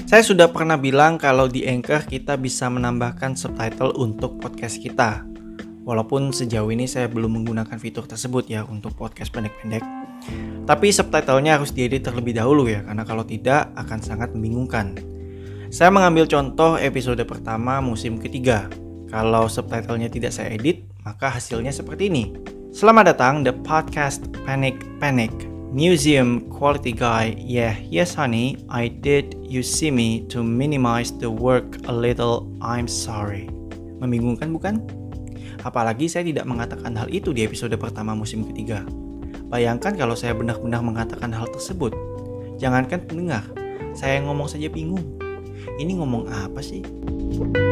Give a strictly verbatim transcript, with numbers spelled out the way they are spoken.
Saya sudah pernah bilang kalau di Anchor kita bisa menambahkan subtitle untuk podcast kita. Walaupun sejauh ini saya belum menggunakan fitur tersebut ya untuk podcast pendek-pendek. Tapi subtitlenya harus diedit terlebih dahulu ya, karena kalau tidak akan sangat membingungkan. Saya mengambil contoh episode pertama musim ketiga. Kalau subtitlenya tidak saya edit, maka hasilnya seperti ini. Selamat datang the podcast Panic Panic. Museum quality guy. Yeah, yes honey, I did. You see me to minimize the work a little. I'm sorry. Membingungkan bukan? Apalagi saya tidak mengatakan hal itu di episode pertama musim ketiga. Bayangkan kalau saya benar-benar mengatakan hal tersebut. Jangankan pendengar, saya yang ngomong saja bingung. Ini ngomong apa sih?